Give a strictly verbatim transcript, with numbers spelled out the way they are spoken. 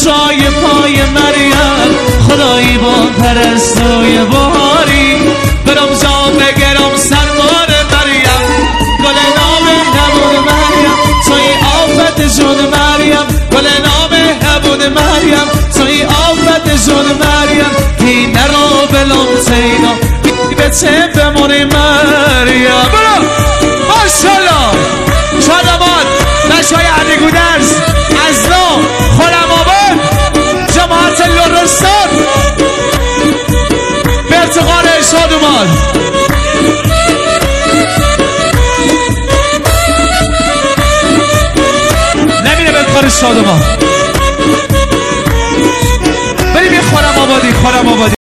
جای پای مریم خدایی با پرستوی بهاری برم جا بگرم سرمان مریم گل نام هبون مریم توی آفت جون مریم گل نام هبون مریم توی آفت جون مریم تی نرو بلوم تینا بی به چه بمونی مریم برو ماشالله شادمان نشای علی گودرز از نو خورم آباد جماعت لرستان به ارتقال شادمان نمیره به کار شادمان بریم یه خورم آبادی خورم آبادی